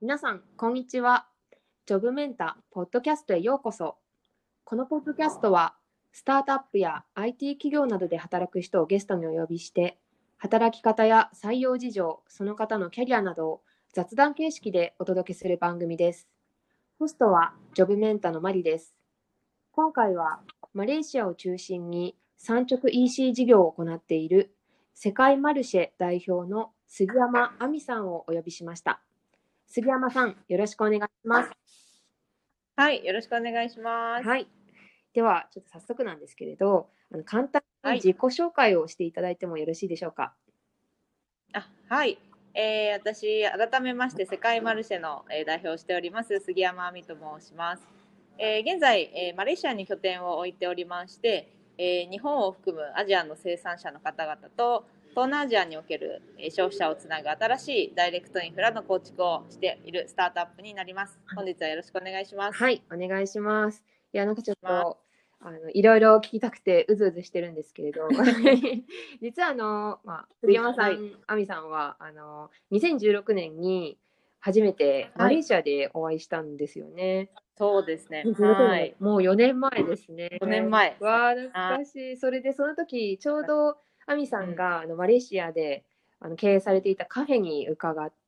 皆さん、こんにちは。ジョブメンタポッドキャストへようこそ。このポッドキャストは、スタートアップや IT 企業などで働く人をゲストにお呼びして、働き方や採用事情、その方のキャリアなどを雑談形式でお届けする番組です。ホストはジョブメンタのマリです。今回は、マレーシアを中心に産直 EC 事業を行っている世界マルシェ代表の杉山亜美さんをお呼びしました。杉山さん、よろしくお願いします。 はい、よろしくお願いします。 はい。では、ちょっと早速なんですけれど、簡単に自己紹介をしていただいてもよろしいでしょうか。 はい。私、改めまして世界マルシェの代表をしております杉山亜美と申します。現在、マレーシアに拠点を置いておりまして、日本を含むアジアの生産者の方々と東南アジアにおける消費者をつなぐ新しいダイレクトインフラの構築をしているスタートアップになります。本日はよろしくお願いします。 はい、お願いします。いや、なんかちょっと、いろいろ聞きたくてうずうずしてるんですけれど、実は杉山さん、亜美さんは、2016年に初めてマレーシアでお会いしたんですよね。 そうですね。 はい。もう4年前ですね。 4年前。 わあ、懐かしい。それでその時、ちょうど亜美さんがマレーシアで経営されていたカフェに伺って、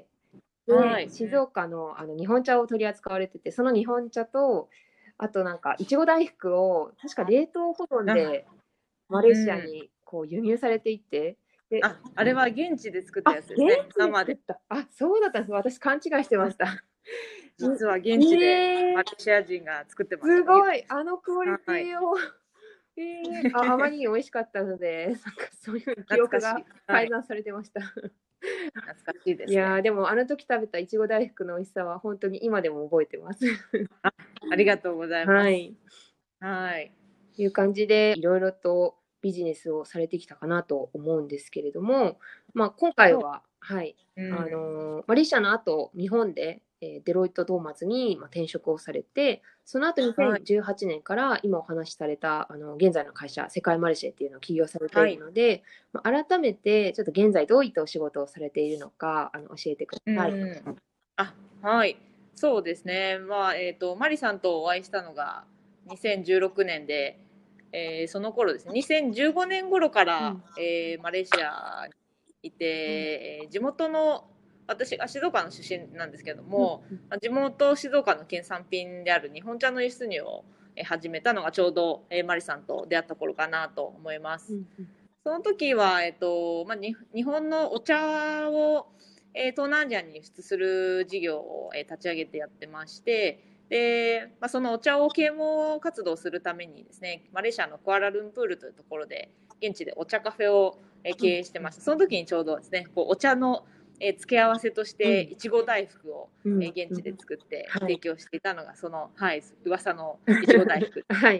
で、静岡の日本茶を取り扱われてて、その日本茶と、あとなんかいちご大福を確か冷凍保存でマレーシアにこう輸入されていて、で、 あれは現地で作ったやつですね。 生で。あ、そうだったんです。私勘違いしてました。 実は現地でマレーシア人が作ってます。 すごい、クオリティを。あまりに美味しかったので、なんかそういう記憶が改ざんされてました。 懐かしいですね。 いやでもあの時食べたいちご大福の美味しさは本当に今でも覚えてます。 ありがとうございます。 はい。はい。いう感じでいろいろとビジネスをされてきたかなと思うんですけれども、今回は、はい、マレーシアの後、日本でデロイト・トーマツに転職をされて、その後2018年から今お話しされた現在の会社、世界マルシェっていうのを起業されているので、改めてちょっと現在どういったお仕事をされているのか教えてください。 はい、そうですね。マリさんとお会いしたのが2016年で、その頃ですね、2015年頃から、マレーシアにいて、地元の私が静岡の出身なんですけども、地元静岡の県産品である日本茶の輸出入を始めたのがちょうどマリさんと出会った頃かなと思います。その時は、日本のお茶を東南アジアに輸出する事業を立ち上げてやってまして、で、そのお茶を啓蒙活動するためにですね、マレーシアのクアラルンプールというところで現地でお茶カフェを経営してました。その時にちょうどですね、お茶の付け合わせとしていちご大福を現地で作って提供していたのがその、噂のいちご大福。はい。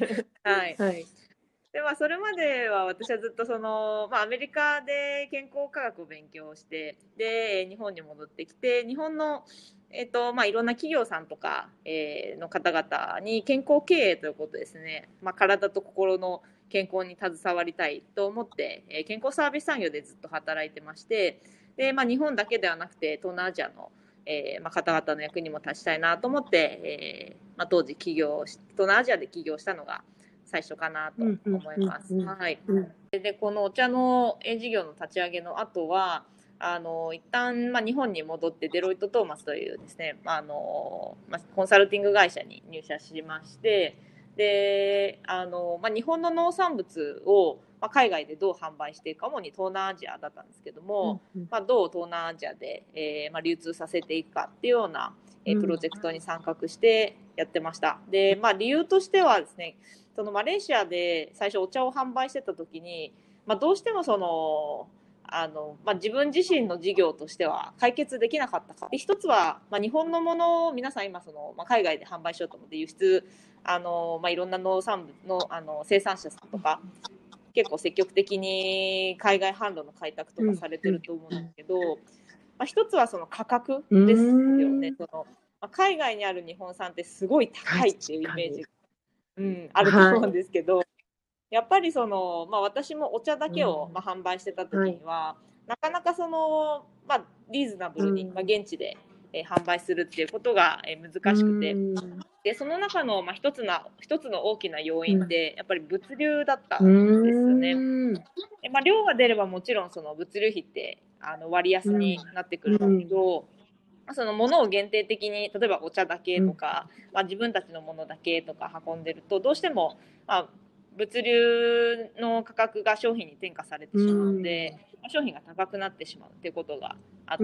でそれまでは私はずっとアメリカで健康科学を勉強してで日本に戻ってきて日本の、いろんな企業さんとか、の方々に健康経営ということですね、体と心の健康に携わりたいと思って、健康サービス産業でずっと働いてましてで、日本だけではなくて東南アジアの方々の役にも立ちたいなと思って、当時東南アジアで起業したのが最初かなと思います。でこのお茶の事業の立ち上げの後は一旦、日本に戻ってデロイト・トーマスというですね、コンサルティング会社に入社しましてで日本の農産物を海外でどう販売していくか主に東南アジアだったんですけども、どう東南アジアで、流通させていくかっていうようなプロジェクトに参画してやってました。で、理由としてはですね、そのマレーシアで最初お茶を販売してた時に、どうしても自分自身の事業としては解決できなかったか。で一つは、日本のものを皆さん今海外で販売しようと思って輸出いろんな農産物の生産者さんとか結構積極的に海外販路の開拓とかされてると思うんですけど、一つはその価格ですよね。海外にある日本産ってすごい高いっていうイメージが、あると思うんですけど、やっぱり私もお茶だけを販売してた時には、なかなかリーズナブルに、現地で販売するっていうことが、難しくて、でその中の、一つの大きな要因ってやっぱり物流だったんですよね。で量が出ればもちろんその物流費って割安になってくるんですけど、その物を限定的に例えばお茶だけとか、自分たちのものだけとか運んでるとどうしても、物流の価格が商品に転嫁されてしまうので、商品が高くなってしまうっていうことがあって、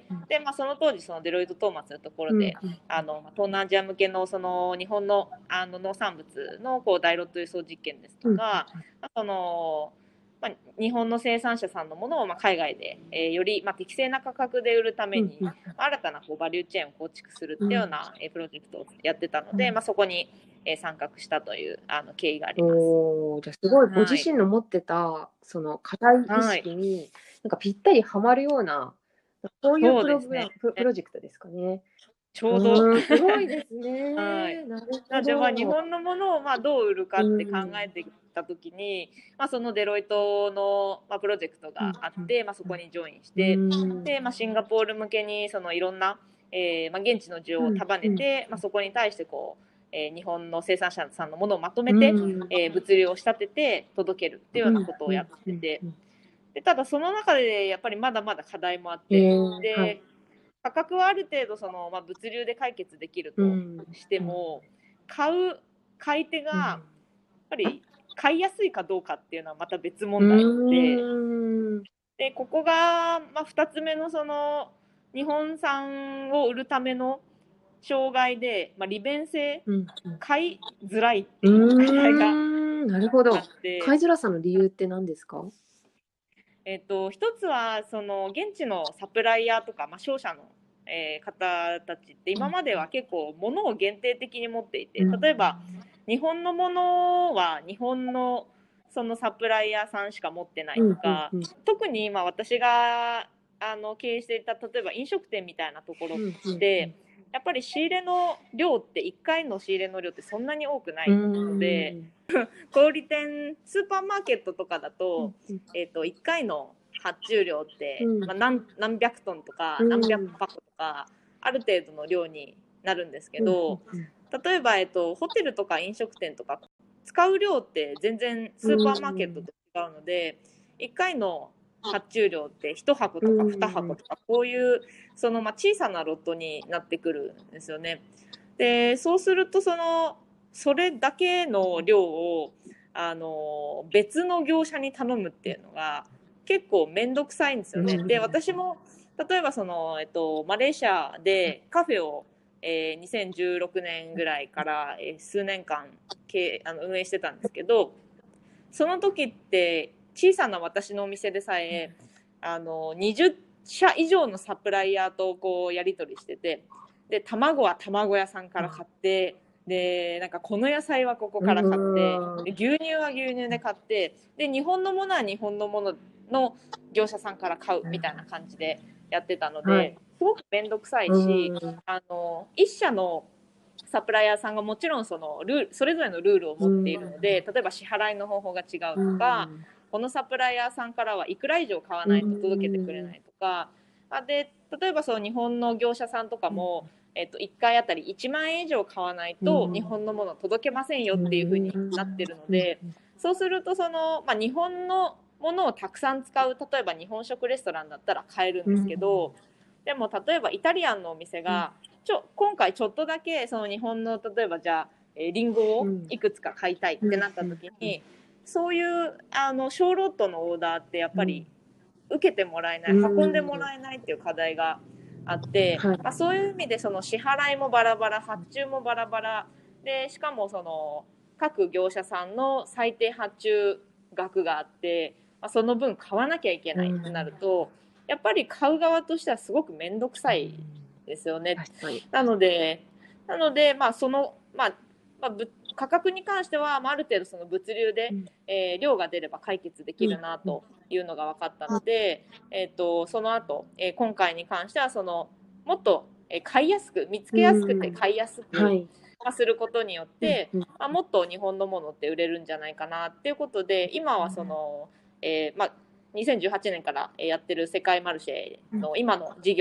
でその当時そのデロイト・トーマツのところで、東南アジア向けのその日本の農産物のこうダイロット輸送実験ですとか、その日本の生産者さんのものを海外で、より適正な価格で売るために、新たなこうバリューチェーンを構築するっていうような、プロジェクトをやってたので、そこに、参画したという経緯があります。 じゃあすごいご自身の持ってた、その課題意識になんかぴったりはまるような、そういうプロジェクトですかね。 ちょうどすごいですね。 なので日本のものをどう売るかって考えてきた時に、そのデロイトの、プロジェクトがあって、そこにジョインして、で、シンガポール向けにそのいろんな、現地の需要を束ねて、そこに対してこう、日本の生産者さんのものをまとめて、物流を仕立てて届けるっていうようなことをやってて、でただその中でやっぱりまだまだ課題もあって、で価格はある程度その、物流で解決できるとしても、買い手がやっぱり買いやすいかどうかっていうのはまた別問題で、ここが、2つ目のその日本産を売るための障害で、利便性、買いづらいっていう課題がなるほど。買いづらさの理由って何ですか？ 一つはその現地のサプライヤーとか、商社の、方たちって今までは結構物を限定的に持っていて、例えば日本のものは日本のそのサプライヤーさんしか持ってないとか、特に今私が経営していた例えば飲食店みたいなところってやっぱり仕入れの量って1回の仕入れの量ってそんなに多くないので、小売店スーパーマーケットとかだと、1回の発注量って、何百トンとか何百箱とかある程度の量になるんですけど、例えば、ホテルとか飲食店とか使う量って全然スーパーマーケットと違うので、1回の発注量って1箱とか2箱とかこういうその小さなロットになってくるんですよね。でそうするとそれだけの量を別の業者に頼むっていうのが結構面倒くさいんですよね。で私も例えばマレーシアでカフェを、2016年ぐらいから、数年間運営してたんですけど、その時って小さな私のお店でさえ20社以上のサプライヤーとこうやり取りしてて、で卵は卵屋さんから買って、でなんかこの野菜はここから買って、で牛乳は牛乳で買って、で日本のものは日本のものの業者さんから買うみたいな感じでやってたので、すごく面倒くさいし、一社のサプライヤーさんがもちろんそれぞれのルールを持っているので、例えば支払いの方法が違うとか、このサプライヤーさんからはいくら以上買わないと届けてくれないとか、で例えば日本の業者さんとかも、1回あたり1万円以上買わないと日本のもの届けませんよっていう風になってるので、そうすると日本のものをたくさん使う、例えば日本食レストランだったら買えるんですけど、でも例えばイタリアンのお店が今回ちょっとだけその日本の例えばじゃあリンゴをいくつか買いたいってなった時に、そういう小ロットのオーダーってやっぱり受けてもらえない、運んでもらえないっていう課題があって、そういう意味でその支払いもバラバラ、発注もバラバラで、しかも各業者さんの最低発注額があって、その分買わなきゃいけないってなると、やっぱり買う側としてはすごく面倒くさいですよね。なので価格に関しては、ある程度その物流で、量が出れば解決できるなというのが分かったので、その後、今回に関してはもっと買いやすく、見つけやすくて買いやすくすることによって、もっと日本のものって売れるんじゃないかなっていうことで、今は2018年からやってる世界マルシェの今の事業の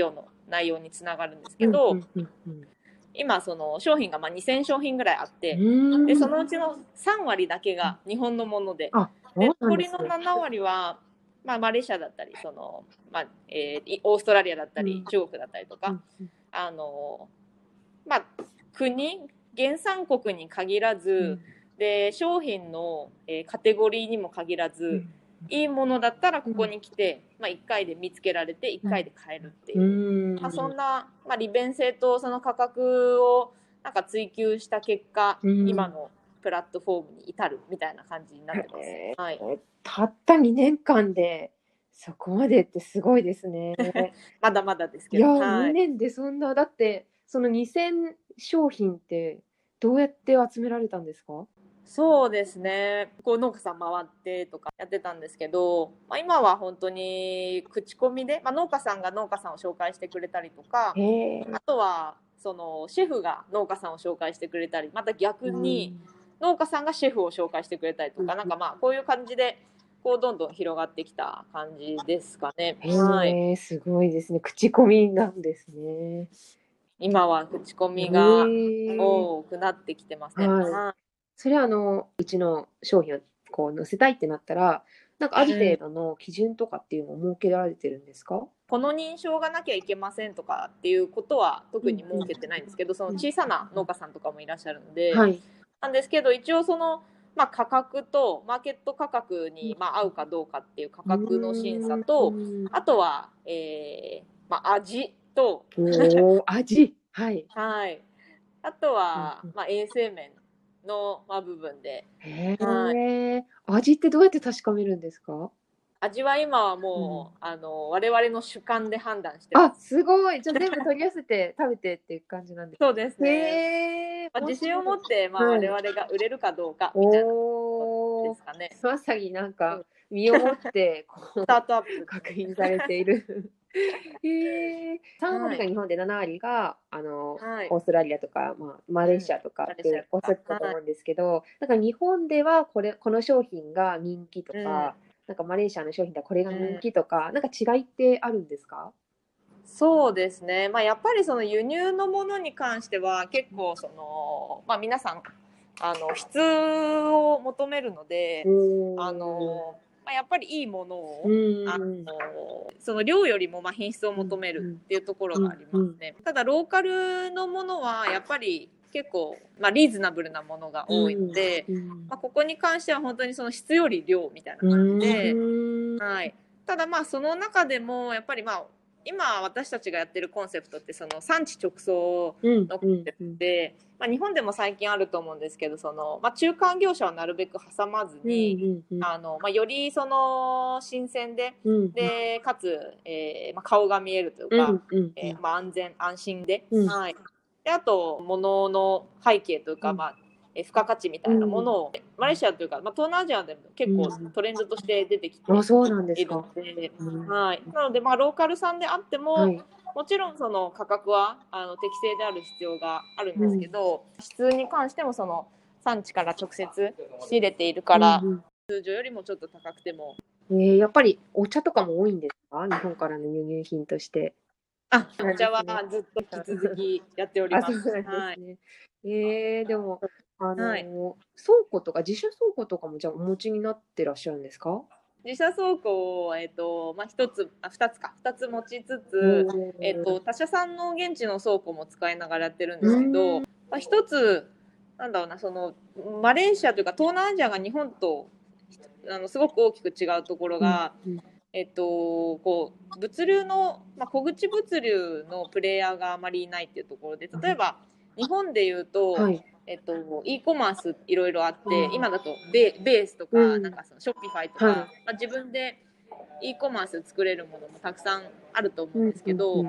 内容につながるんですけど、 うんうんうん今その商品が2000商品ぐらいあってうん、 でそのうちの3割だけが日本のもので、 あ、そでうなん残りのですね。 7割は、マレーシアだったりその、オーストラリアだったり、中国だったりとか、あの国原産国に限らず、で商品の、カテゴリーにも限らず、いいものだったらここに来て、1回で見つけられて1回で買えるっていう、そんな、利便性とその価格をなんか追求した結果、今のプラットフォームに至るみたいな感じになってます。はい、 たった2年間でそこまでってすごいですね。 まだまだですけいや、 ど、はい、 2年でそんな、だってその2000商品ってどうやって集められたんですか？ そうですね、こう農家さん回ってとかやってたんですけど、今は本当に口コミで、農家さんが農家さんを紹介してくれたりとか、あとはそのシェフが農家さんを紹介してくれたり、また逆に農家さんがシェフを紹介してくれたりとか、なんかこういう感じでこうどんどん広がってきた感じですかね。はい、 すごいですね。口コミなんですね。 今は口コミが多くなってきてますね。 はい。それはうちの商品をこう載せたいってなったら、なんかある程度の基準とかっていうのを設けられてるんですか？ この認証がなきゃいけませんとかっていうことは特に設けてないんですけど、その小さな農家さんとかもいらっしゃるので、なんですけど一応その、価格とマーケット価格に合うかどうかっていう価格の審査と、あとは、味と味、はい、 はい、あとは、衛生面の、部分で、 味ってどうやって確かめるんですか？ 味は今はもう、我々の主観で判断してます。 あ、すごい。じゃあ全部取り寄せて食べてっていう感じなんですか？ そうですね。自信を持って、我々が売れるかどうかみたいなことですかね。 まさになんか身をもってスタートアップ確認されている。3割が日本で7割がオーストラリアとか、マレーシアとかっておっしゃってたと思うんですけど、なんか日本ではこの商品が人気とか、なんかマレーシアの商品ではこれが人気とか、なんか違いってあるんですか？ そうですね、やっぱりその輸入のものに関しては結構その、皆さん質を求めるので、やっぱりいいものを、その量よりも品質を求めるっていうところがありますね。ただローカルのものはやっぱり結構、リーズナブルなものが多いので、ここに関しては本当にその質より量みたいな感じで、はい、ただその中でもやっぱり今私たちがやってるコンセプトってその産地直送のコンセプトで、日本でも最近あると思うんですけど、その、中間業者はなるべく挟まずに、よりその新鮮で、でかつ、顔が見えるというか、安全安心で、はい、であと物の背景というか、付加価値みたいなものを、マレーシアというか、東南アジアでも結構トレンドとして出てきているので、はい、なのでローカル産であっても、もちろんその価格は適正である必要があるんですけど、質に関してもその産地から直接仕入れているから、通常よりもちょっと高くても。 やっぱりお茶とかも多いんですか？日本からの輸入品として。 お茶はずっと引き続きやっております。 でも倉庫とか自社倉庫とかもじゃあお持ちになってらっしゃるんですか？ 自社倉庫を、2つ持ちつつ、他社さんの現地の倉庫も使いながらやってるんですけど、一つなんだろうな、そのマレーシアというか東南アジアが日本とすごく大きく違うところが、こう物流の、小口物流のプレイヤーがあまりいないっていうところで、例えば日本でいうと、e コマースいろいろあって、今だとベースとか、なんかそのショッピファイとか、自分で e コマース作れるものもたくさんあると思うんですけど、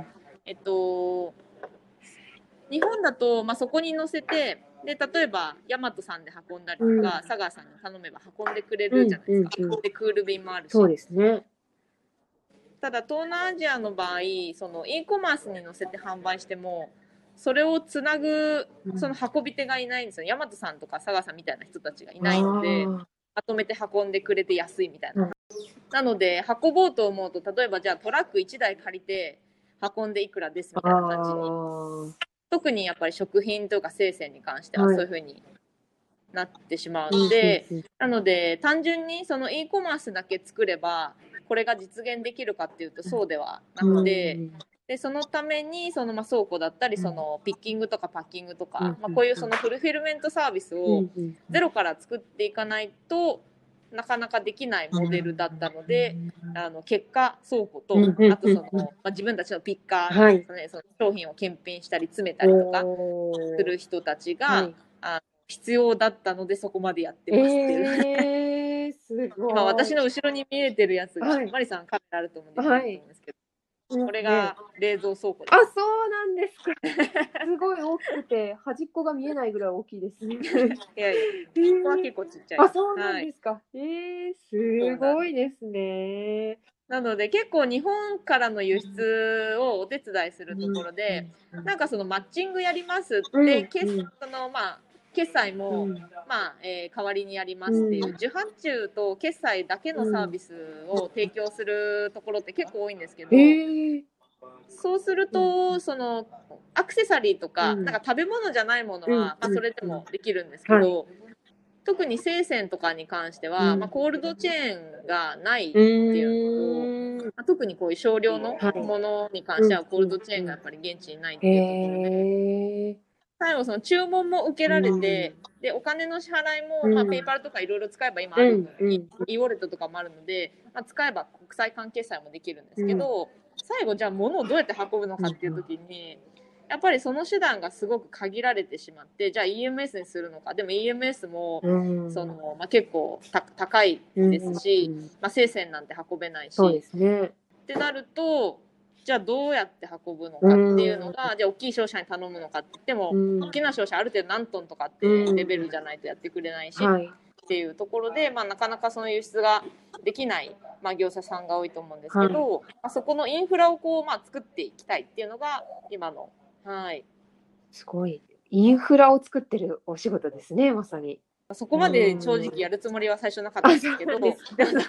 日本だと、そこに載せて、で例えばヤマトさんで運んだりとか、佐川さんに頼めば運んでくれるじゃないですか。でクール便もあるし。 そうですね。 ただ東南アジアの場合、その e コマースに載せて販売しても、それをつなぐその運び手がいないんですよ。ヤマトさんとか佐川さんみたいな人たちがいないので、まとめて運んでくれて安いみたいな。なので運ぼうと思うと、例えばじゃあトラック1台借りて運んでいくらですみたいな感じに、特にやっぱり食品とか生鮮に関してはそういうふうになってしまうので、なので単純にその e コマースだけ作ればこれが実現できるかっていうとそうではなくて、でそのためにその倉庫だったりそのピッキングとかパッキングとか、こういうそのフルフィルメントサービスをゼロから作っていかないとなかなかできないモデルだったので、結果倉庫と、あとその、自分たちのピッカーですね、その商品を検品したり詰めたりとかする人たちが、必要だったのでそこまでやってますっていう、すごい今私の後ろに見えてるやつが、マリさんカメラあると思うんですけど、これが冷蔵倉庫です。 あ、そうなんですか。すごい大きくて端っこが見えないぐらい大きいですね。 いやいや、ここは結構ちっちゃい。 あ、そうなんですか。すごいですね。 なので結構日本からの輸出をお手伝いするところで、なんかそのマッチングやりますって、その決済も、代わりにやりますっていう、受発注と決済だけのサービスを提供するところって結構多いんですけど、そうするとそのアクセサリーとか、なんか食べ物じゃないものは、それでもできるんですけど、特に生鮮とかに関しては、コールドチェーンがないっていうのと、特にこういう少量のものに関してはコールドチェーンがやっぱり現地にないっていうところで、最後その注文も受けられて、でお金の支払いも、ペイパルとかいろいろ使えば今ある、e ウォレットとかもあるので、使えば国際関係債もできるんですけど、最後じゃあ物をどうやって運ぶのかっていう時に、やっぱりその手段がすごく限られてしまって、じゃあ EMS にするのか、でも EMS もその、結構高いですし、生鮮なんて運べないし、ってなると、じゃあどうやって運ぶのかっていうのが、じゃあ大きい商社に頼むのかって言っても、大きな商社ある程度何トンとかってレベルじゃないとやってくれないし、っていうところで、なかなかその輸出ができない、業者さんが多いと思うんですけど、そこのインフラをこう、作っていきたいっていうのが今の、 すごいインフラを作ってるお仕事ですね、まさに。 そこまで正直やるつもりは最初なかったんですけど、でも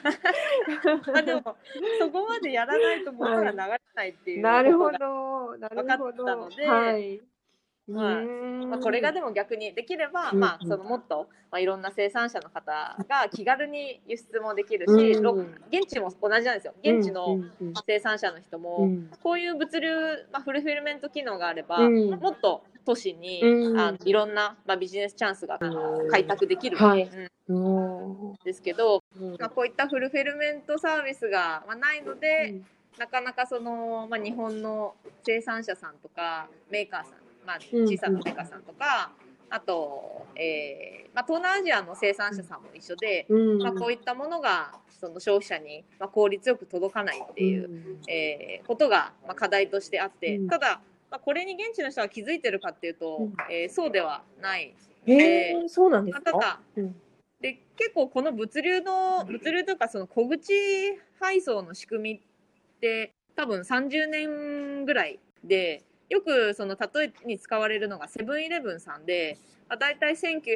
そこまでやらないと物が流れないっていうことが分かったので、これがでも逆にできれば、そのもっと、いろんな生産者の方が気軽に輸出もできるし、現地も同じなんですよ。現地の生産者の人も、こういう物流、フルフィルメント機能があれば、もっと都市に、いろんな、ビジネスチャンスが開拓できる、ですけど、こういったフルフィルメントサービスが、ないので、なかなかその、日本の生産者さんとかメーカーさん、小さなメーカーさんとか、あと、東南アジアの生産者さんも一緒で、こういったものがその消費者に効率よく届かないっていう、ことが課題としてあって、ただ、これに現地の人は気づいてるかっていうと、そうではないので、 そうなんですか？ ただで結構この物流というかその小口配送の仕組みって多分30年ぐらいで、よくその例えに使われるのがセブンイレブンさんで、だいたい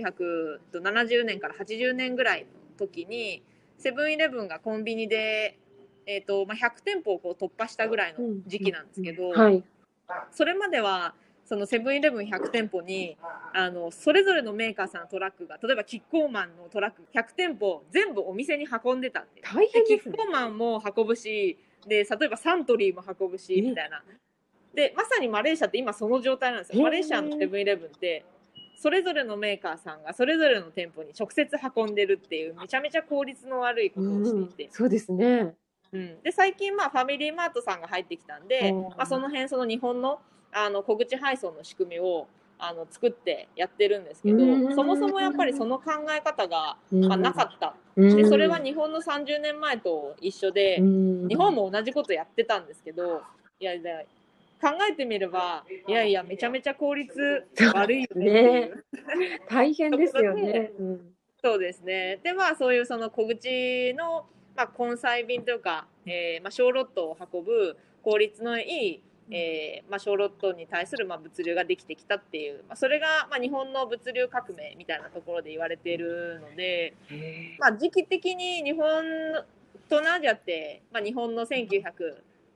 1970年から80年ぐらいの時にセブンイレブンがコンビニで、100店舗をこう突破したぐらいの時期なんですけど、それまではそのセブンイレブン100店舗にそれぞれのメーカーさんのトラックが、例えばキッコーマンのトラック100店舗全部お店に運んでたって。 大変ですね。 キッコーマンも運ぶし、で例えばサントリーも運ぶしみたいな。でまさにマレーシアって今その状態なんですよ。マレーシアのセブンイレブンってそれぞれのメーカーさんがそれぞれの店舗に直接運んでるっていうめちゃめちゃ効率の悪いことをしていて、 そうですね。 で最近ファミリーマートさんが入ってきたんで、その辺その日本の小口配送の仕組みを作ってやってるんですけど、そもそもやっぱりその考え方が、なかった。でそれは日本の30年前と一緒で、日本も同じことやってたんですけど、いや考えてみれば、いやいやめちゃめちゃ効率悪いよねっていう、 大変ですよね。 そうですね。でそういうその小口の、根菜便というか、小ロットを運ぶ効率のいい小ロットに対する物流ができてきたっていう、それが日本の物流革命みたいなところで言われているので、時期的に日本東南アジアって、日本の1900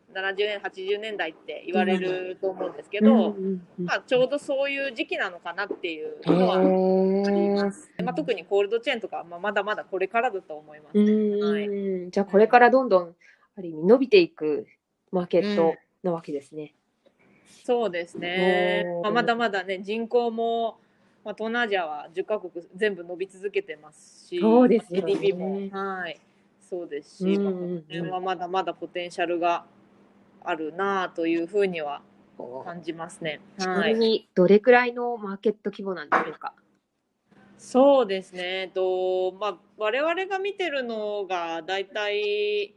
70年80年代って言われると思うんですけど、ちょうどそういう時期なのかなっていうのはあります。特にコールドチェーンとか、まだまだこれからだと思いますね。 じゃあこれからどんどんある意味伸びていくマーケットなわけですね。 そうですね。まだまだね、人口も、東南アジアは10カ国全部伸び続けてますし、 そうですよね。 GDP も、そうですし、この辺はまだまだポテンシャルがあるなというふうには感じますね。 ちなみにどれくらいのマーケット規模なんでしょうか。 そうですね。我々が見てるのがだいたい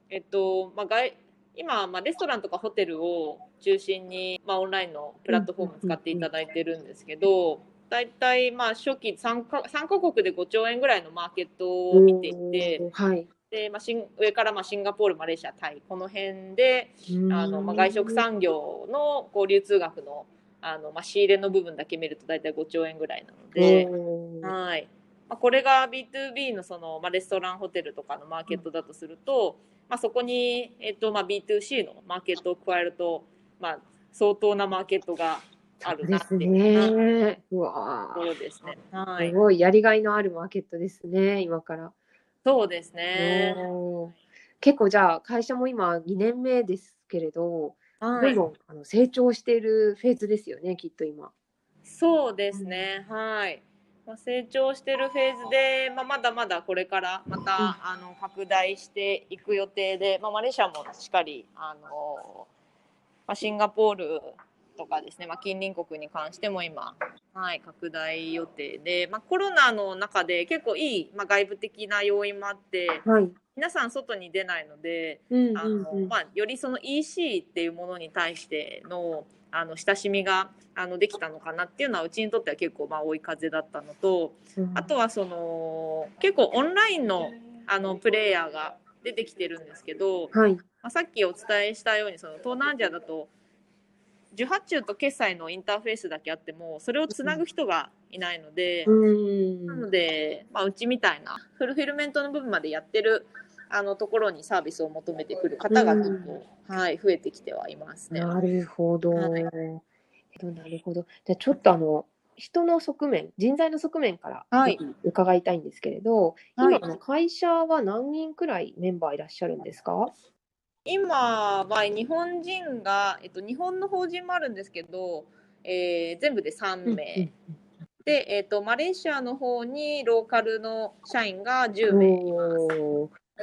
今、レストランとかホテルを中心に、オンラインのプラットフォームを使っていただいてるんですけど、だいたい初期3カ国で5兆円ぐらいのマーケットを見ていて、で上からシンガポール、マレーシア、タイ、この辺で外食産業の流通額の仕入れの部分だけ見ると大体5兆円ぐらいなので、これが B2B のレストランホテルとかのマーケットだとすると、そこに、B2C のマーケットを加えると、相当なマーケットがあるなっていう。 うわー、 そうですね。 すごいやりがいのあるマーケットですね、今から。 そうですね。 結構じゃあ会社も今2年目ですけれど、どんどん成長しているフェーズですよね、きっと今。 そうですね。成長してるフェーズで、まだまだこれからまた、拡大していく予定で、マレーシアもしっかりシンガポールとかですね、近隣国に関しても今、拡大予定で、コロナの中で結構いい、外部的な要因もあって、皆さん外に出ないので、よりその EC っていうものに対しての親しみができたのかなっていうのはうちにとっては結構追い風だったのと、あとは結構オンラインのプレイヤーが出てきてるんですけど、さっきお伝えしたように東南アジアだと受発注と決済のインターフェースだけあってもそれをつなぐ人がいないので、なので、うちみたいなフルフィルメントの部分までやってるところにサービスを求めてくる方が結構、増えてきてはいますね。 なるほど。なるほど。じゃあちょっと人の側面、人材の側面から伺いたいんですけれど、今会社は何人くらいメンバーいらっしゃるんですか？ 今は日本人が、日本の法人もあるんですけど、全部で3名。で、マレーシアの方にローカルの社員が10名います。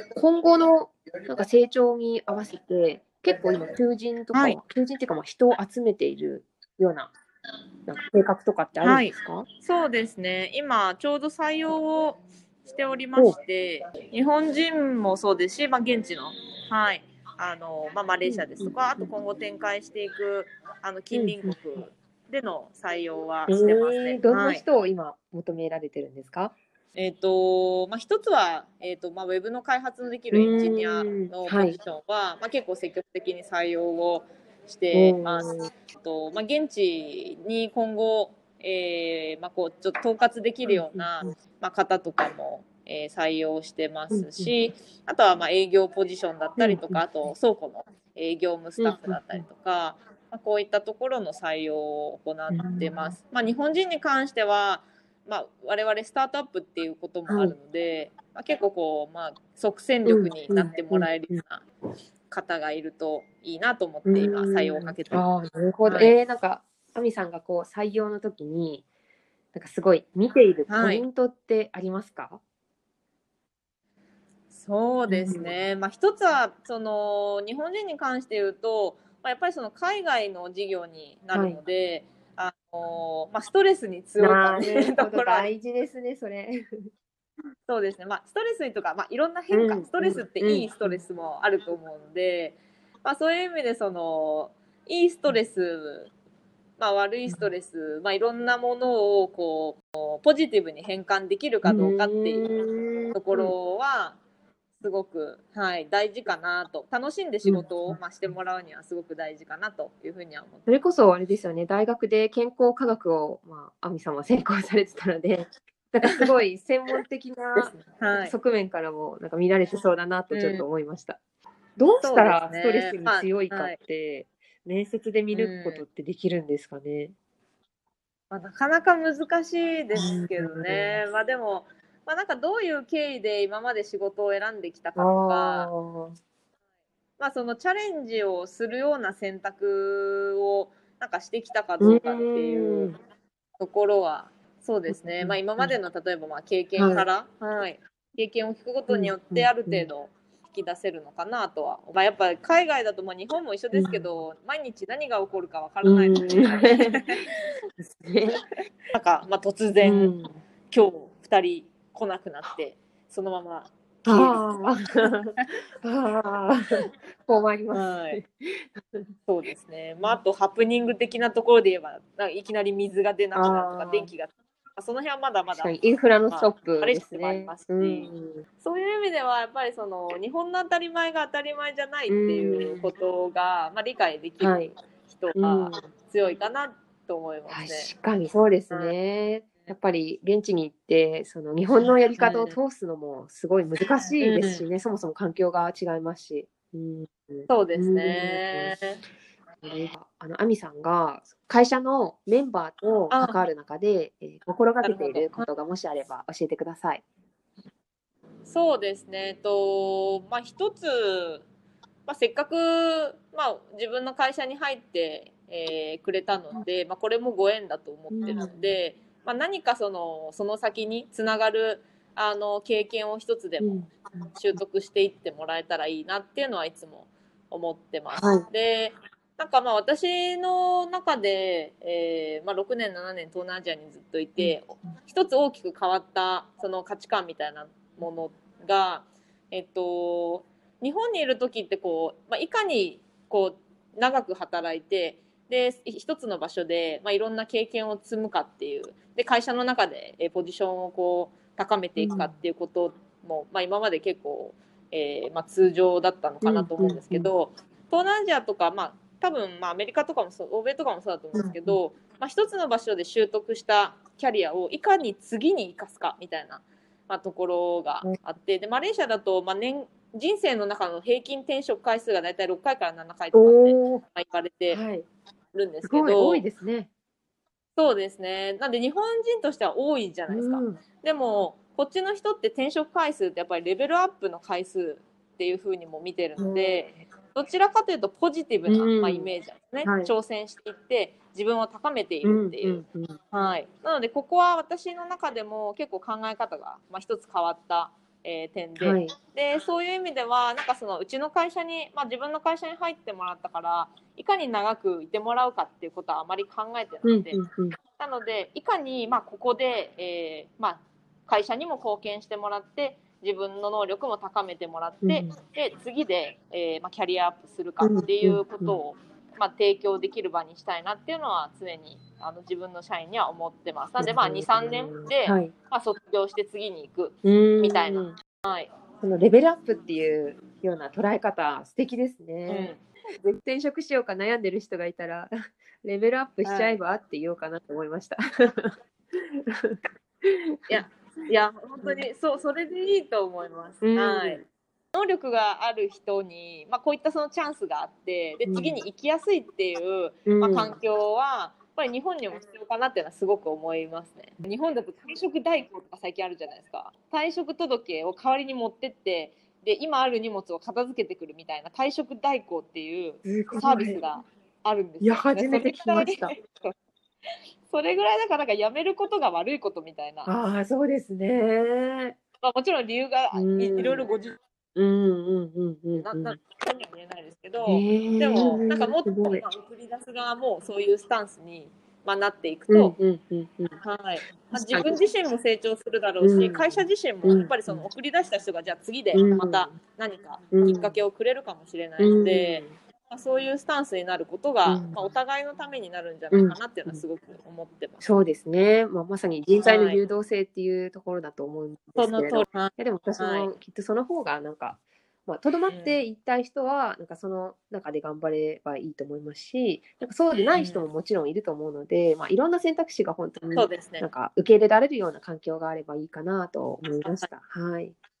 今後のなんか成長に合わせて、結構今求人とか、求人っていうか人を集めているような、なんか計画とかってあるんですか？ そうですね。今ちょうど採用をしておりまして、日本人もそうですし、現地の、マレーシアですとか、あと今後展開していく近隣国での採用はしてますね。 どんな人を今求められてるんですか？ 一つは、ウェブの開発のできるエンジニアのポジションは、結構積極的に採用をしています。現地に今後、ちょっと統括できるような、方とかも、採用してますし、あとは営業ポジションだったりとか、あと倉庫の業務スタッフだったりとか、こういったところの採用を行ってます。日本人に関しては我々スタートアップっていうこともあるので、結構即戦力になってもらえるような方がいるといいなと思って今採用をかけてます。 なるほど。なんか亜美さんが採用の時になんかすごい見ているポイントってありますか？ そうですね。一つは日本人に関して言うと、やっぱり海外の事業になるので、ストレスに強いかっていうところ大事ですね、それ。 そうですね。ストレスとか、いろんな変化、ストレスっていいストレスもあると思うので、そういう意味でいいストレス、悪いストレス、いろんなものをポジティブに変換できるかどうかっていうところはすごく、大事かなと。楽しんで仕事を、してもらうにはすごく大事かなというふうには思ってます。 それこそあれですよね。大学で健康科学を亜美さんは専攻されてたので。なんかすごい専門的な側面からもなんか見られてそうだなとちょっと思いました。 どうしたそうですらストレスね。 にま強いかっあはい。 て、面接で見う抜くことん。 ってできるんですかね？ まあ、なかなか難しいですけどうん。 ね。まあでも、まあなんかどういう経緯で今まで仕事を選んできたあかとか、 あ。 まあそのチャレンジをするような選択をなんかしてきたかうどうかっていうーん。 ところは、そううんですね。 うんまあ今うん。 までの例えばまあ経験はい。 から、はい。経験を聞くことにうんよってあうんうん。 る程度引き出せるのかなとは。まあやっぱ海外だとまあ日本も一緒ですけうん。 ど、毎日何が起こるかわからないのうーん。 で、 そうですね。 なんかまあ突う然ん。 今日2人来なくなってそのまま消えるとか。 ああ。ああ。困りますはい。 ね。 そうですね。まああとハプニング的なところで言えば、なんかいきなり水が出なくなるとかああ。 電気が、その辺はまだまだ、 確かにインフラのスまあ、 トップでマレーシアでもありすね。 ますうし、 ん。 そういう意味ではやっぱりその日本の当たり前が当たり前じゃないうっていうこん。 とが、まあ、理解できはい。 る人うはん。 強いかなと思いますね。 確かにそうですうん。 ね。やっぱり現地に行って、その日本のやりうん。 方を通すのもすごい難しいうん。 ですしね、そもそも環境が違いますし。うん。 そうですうん。 ね。 アミさんが会社のメンバーと関わあ、 る中で、心がけていなるほど。 ることがもしあれば教えてください。 そうですね。まあ、一つ、まあ、せっかく、まあ、自分の会社に入って、くれたので、まあ、これもご縁だと思うってるんん。 で、まあ、何かその先につながる経験を一つでもうん。 習得していってもらえたらいいなっていうのはいつも思ってます。 はい。 で、なんかまあ私の中で、まあ、6年7年東南アジアにずっというん。 て一つ大きく変わったその価値観みたいなものが、日本にいる時ってこう、まあ、いかにこう長く働いてで一つの場所で、まあ、いろんな経験を積むかっていうで会社の中でポジションをこう高めていくかっていうことも、まあ、今まで結構、まあ、通常だったのうん。 かなと思うんですうん。うん。 けど東南アジアとか、まあ、多分、まあ、アメリカとかもそう欧米とかもそうだと思うんですけうん。 ど、まあ、一つの場所で習得したキャリアをいかに次に生かすかみたいな、まあ、ところがあってでマレーシアだと、まあ、人生の中の平均転職回数がだいたい6回から7回とかって、 おお。 まあ、言われてはい。 るんですけすごい多いどですね。 そうですねなんで日本人としては多いじゃないですか。 うん。 でもこっちの人って転職回数ってやっぱりレベルアップの回数っていう風にも見てるのでどちらかというとポジティブな、まあ、イうん。 メージですね。 はい。 挑戦していって自分を高めていうん。 るっていう。 うん。うん。 はい。なのでここは私の中でも結構考え方が、まあ、一つ変わった、点で。 はい。 でそういう意味ではなんかそのうちの会社に、まあ、自分の会社に入ってもらったからいかに長くいてもらうかっていうことはあまり考えてなうん。 くてうん。うん。 なのでいかに、まあ、ここで、まあ、会社にも貢献してもらって自分の能力も高めてもらってうん。 で次で、まあ、キャリアアップするかうん。 っていうん。 うことを、まあ、提供できる場にしたいなっていうのは常に自分の社員には思ってます。なんで、まあ、2、3年で、 はい。 まあ、卒業して次に行くうみたいな。 ーん。 はい。 そのレベルアップっていうような捉え方、素敵ですね。 うん。 転職しようか悩んでる人がいたら、レベルアップしちゃはい。 えばって言おうかなと思いました。 いや、いや、本当に、それでいいと思います。 うはい。 ん。 能力がある人に、まあ、こういったそのチャンスがあって、で、次に行きやすいっていう、まあ、 うん。 環境は、やっぱり日本にも必要かなっていうのはすごく思いますね。日本だと退職代行とか最近あるじゃないですか。退職届を代わりに持ってって、で、今ある荷物を片付けてくるみたいな退職代行っていうすサーごい。 ビスがあるんでいや、 すよ。で、 初めて聞きました。 それぐらいだからなんか辞めることが悪いことみたいな。 ああ、そうですね。 まあ、もちろん理由がういろいろん。 ご自うんうんうんうんな、 うん。 何には言えないですけど、でへも、なんかえ、 もっと、 すごい。 まあ、送り出す側もそういうスタンスに、まあ、なっていくと、 うんうんうんうん。 はい。まあ、自分確かに。 自身も成長するだろうし、 うん。 会社自身も、 うんやっぱりその送り出した人が、じゃあ次でうんまた何かうんきっかけをくれるかもしれなういので、 んまあ、そういうスタンスになることが、 うんまあ、お互いのためになるんじゃないうんかなっていうのはすごく思ってます。 そうですね。まあ、まさに人材のはい。 流動性っていうところだと思うんでその通り。 すけれど、いやでも私はい。 もきっとその方がなんか、まあ、とどまうん。 っていったい人は、なんかその中で頑張ればいいと思いますし、なんかそうでない人もうん。 もちろんいると思うので、まあ、いろんな選択肢が本当にそうですね。 なんか受け入れられるような環境があればいいかなと思いました。はい。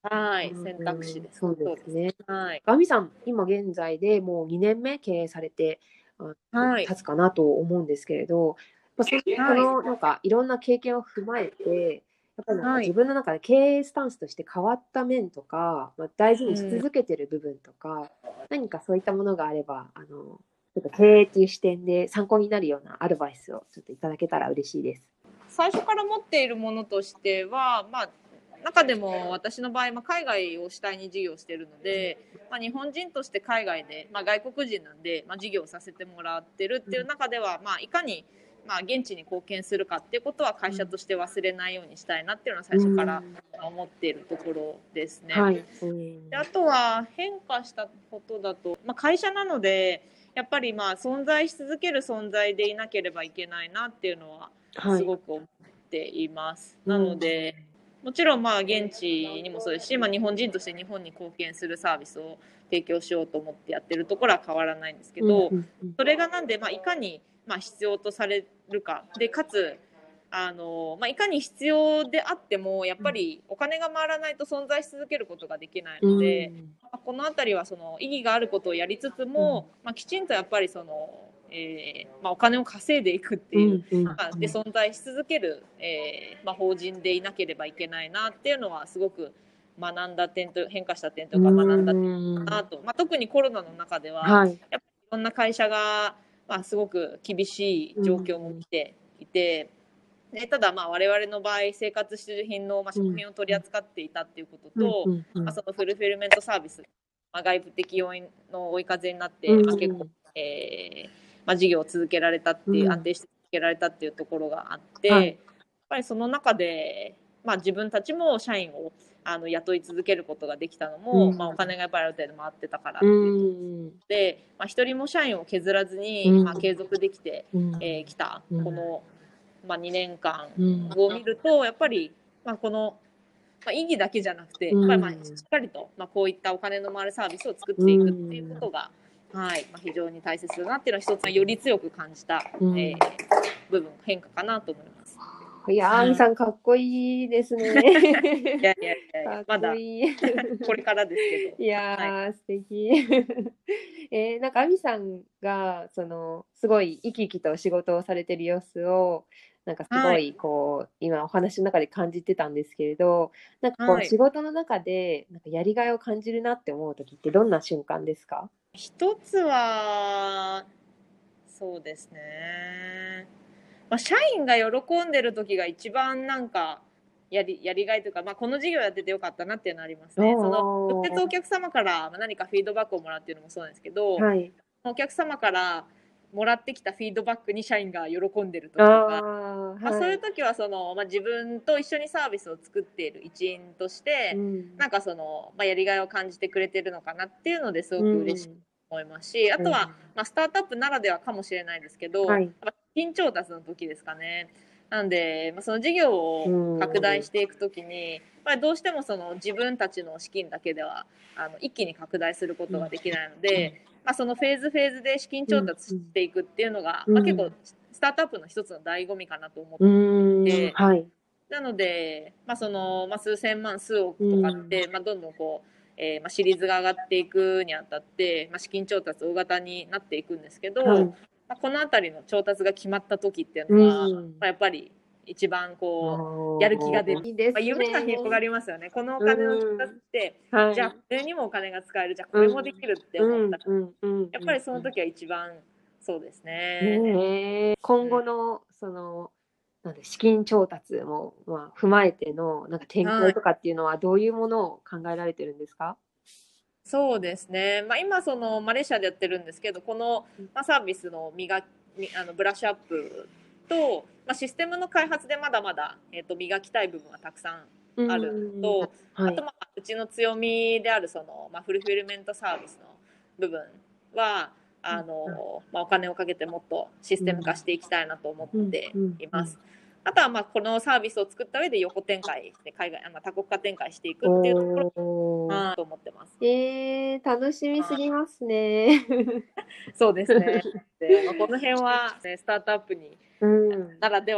はい、選択肢です。 そうですね。 はい。 亜美さん、今現在でもう2年目経営されて、 はい。 経つかなと思うんですけれど、 はい。 なんかいろんな経験を踏まえて、やっぱりなんかはい。 自分の中で経営スタンスとして変わった面とか、大事にしうん。 続けてる部分とか、何かそういったものがあれば、ちょっと経営っていう視点で参考になるようなアドバイスをちょっといただけたら嬉しいです。 最初から持っているものとしては、中でも私の場合、海外を主体に事業しているので、日本人として海外で、外国人なんで、事業をさせてもらってるっていう中では、いかに、現地に貢献するかっていうことは会社として忘れないようにしたいなっていうのは最初から思っているところですね。 はい。 であとは変化したことだと、会社なのでやっぱり存在し続ける存在でいなければいけないなっていうのはすごく思っています。なので、もちろん現地にもそうですし、日本人として日本に貢献するサービスを提供しようと思ってやってるところは変わらないんですけど、それがなんで、いかに必要とされるかで、かついかに必要であってもやっぱりお金が回らないと存在し続けることができないので、この辺りはその意義があることをやりつつも、きちんとやっぱりその、お金を稼いでいくっていう、で存在し続ける、法人でいなければいけないなっていうのはすごく学んだ点と変化した点とか学んだ点だなと、特にコロナの中では、やっぱりいろんな会社が、すごく厳しい状況も来ていて。でただ我々の場合生活必需品の食品を取り扱っていたっていうことと、そのフルフィルメントサービス、外部的要因の追い風になって、結構、事業を続けられたっていう、安定して続けられたっていうところがあって、やっぱりその中で、自分たちも社員を雇い続けることができたのも、お金がやっぱりある程度回ってたからっていうとで、一人も社員を削らずに、継続できてきたこの2年間を見るとやっぱりこの意義だけじゃなくてやっぱりしっかりとこういったお金の回るサービスを作っていくっていうことが非常に大切だなっていうのは一つより強く感じた部分変化かなと思います。 いや亜美さんかっこいいですね。 いやまだこれからですけど。 いや素敵。なんか亜美さんがすごい生き生きと仕事をされてる様子をなんかすごい今お話の中で感じてたんですけれど、なんか仕事の中でなんかやりがいを感じるなって思う時ってどんな瞬間ですか？ 一つはそうですね。社員が喜んでる時が一番なんかやりがいというか、この事業やっててよかったなっていうのはありますね。その直接お客様から何かフィードバックをもらうっていうのもそうなんですけど、お客様からもらってきたフィードバックに社員が喜んでる時とか、そういう時は自分と一緒にサービスを作っている一員として、なんかやりがいを感じてくれてるのかなっていうのですごく嬉しい。思いますし、あとは、スタートアップならではかもしれないですけど、資金調達の時ですかね。なんで、その事業を拡大していく時に、どうしても自分たちの資金だけでは一気に拡大することができないので、そのフェーズで資金調達していくっていうのが、結構スタートアップの一つの醍醐味かなと思っていて、なので、数千万数億とかって、どんどんシリーズが上がっていくにあたって、資金調達大型になっていくんですけど、この辺りの調達が決まった時っていうのは、やっぱり一番やる気が出る、夢が広がりますよね。このお金の調達って、じゃあこれにもお金が使える、じゃあこれもできるって思ったから、やっぱりその時は一番そうですね。 今後の資金調達も踏まえてのなんか展開とかっていうのはどういうものを考えられてるんですか？ そうですね。今マレーシアでやってるんですけど、この、サービスのブラッシュアップと、システムの開発でまだまだ、磨きたい部分はたくさんあるのと、あとうちの強みであるフルフィルメントサービスの部分はお金をかけてもっとシステム化していきたいなと思っています。あとはこのサービスを作った上で横展開して海外多国家展開していくっていうところと思ってます。 楽しみすぎますね。 そうですね。でこの辺は、スタートアップにならではの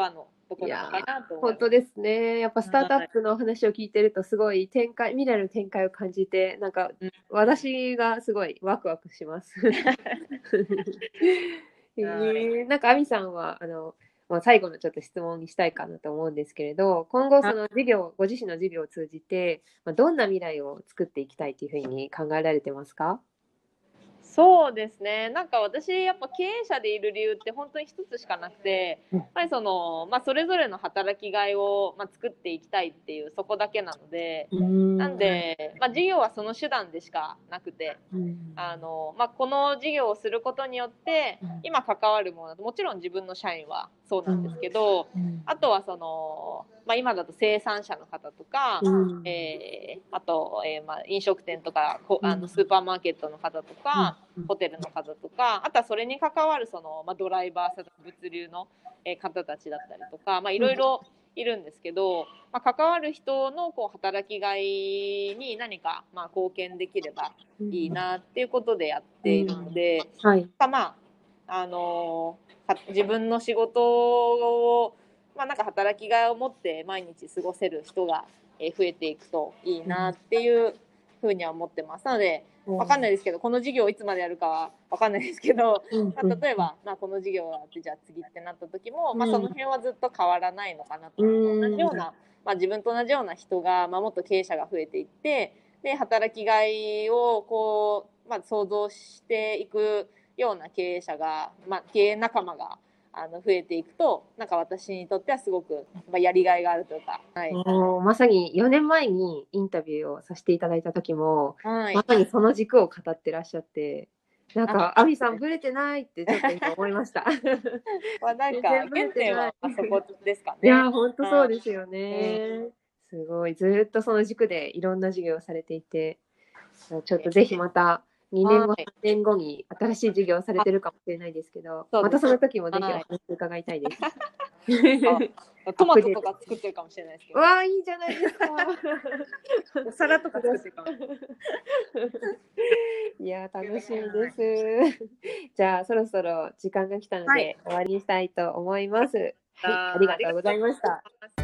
とこなのかなと思います。 本当ですね。やっぱスタートアップの話を聞いてるとすごい未来の展開を感じて、なんか私がすごいワクワクします。なんか亜美さんはもう最後のちょっと質問にしたいかなと思うんですけれど、今後そのご自身の事業を通じて、どんな未来を作っていきたいというふうに考えられてますか？ そうですね。なんか私やっぱ経営者でいる理由って本当に一つしかなくて、やっぱりそれぞれの働きがいを、作っていきたいっていうそこだけなので、なんで、事業はその手段でしかなくて、この事業をすることによって今関わるもの、もちろん自分の社員はそうなんですけど、あとは今だと生産者の方とか、あと、飲食店とかスーパーマーケットの方とか、ホテルの方とか、あとはそれに関わるドライバーさん、物流の方たちだったりとか、いろいろいるんですけど、関わる人の働きがいに何か貢献できればいいなっていうことでやっているので、自分の仕事を、なんか働きがいを持って毎日過ごせる人が増えていくといいなっていうふうには思ってます。なのでわかんないですけど、この事業をいつまでやるかはわかんないですけど、例えば、この事業があってじゃあ次ってなった時も、その辺はずっと変わらないのかなと。同じような、自分と同じような人が、もっと経営者が増えていって、で働きがいを想像していくような経営者が、経営仲間が増えていくと、なんか私にとってはすごく、やりがいがあるというか、 まさに4年前にインタビューをさせていただいた時も、 まさにその軸を語ってらっしゃって、なんか亜美さんブレてないってちょっと今思いました。 なんか原点はそこですかね。 いや本当そうですよね。すごいずっとその軸でいろんな授業をされていて、ちょっとぜひまた2年後、3年後に新しい授業をされてるかもしれないですけど、またその時もぜひお話伺いたいです。 トマトとか作ってるかもしれないですけど。 わあ、いいじゃないですか。 お皿とか作ってるかも。 いや、楽しみです。じゃあ、そろそろ時間が来たので、終わりにしたいと思います。はい、ありがとうございました。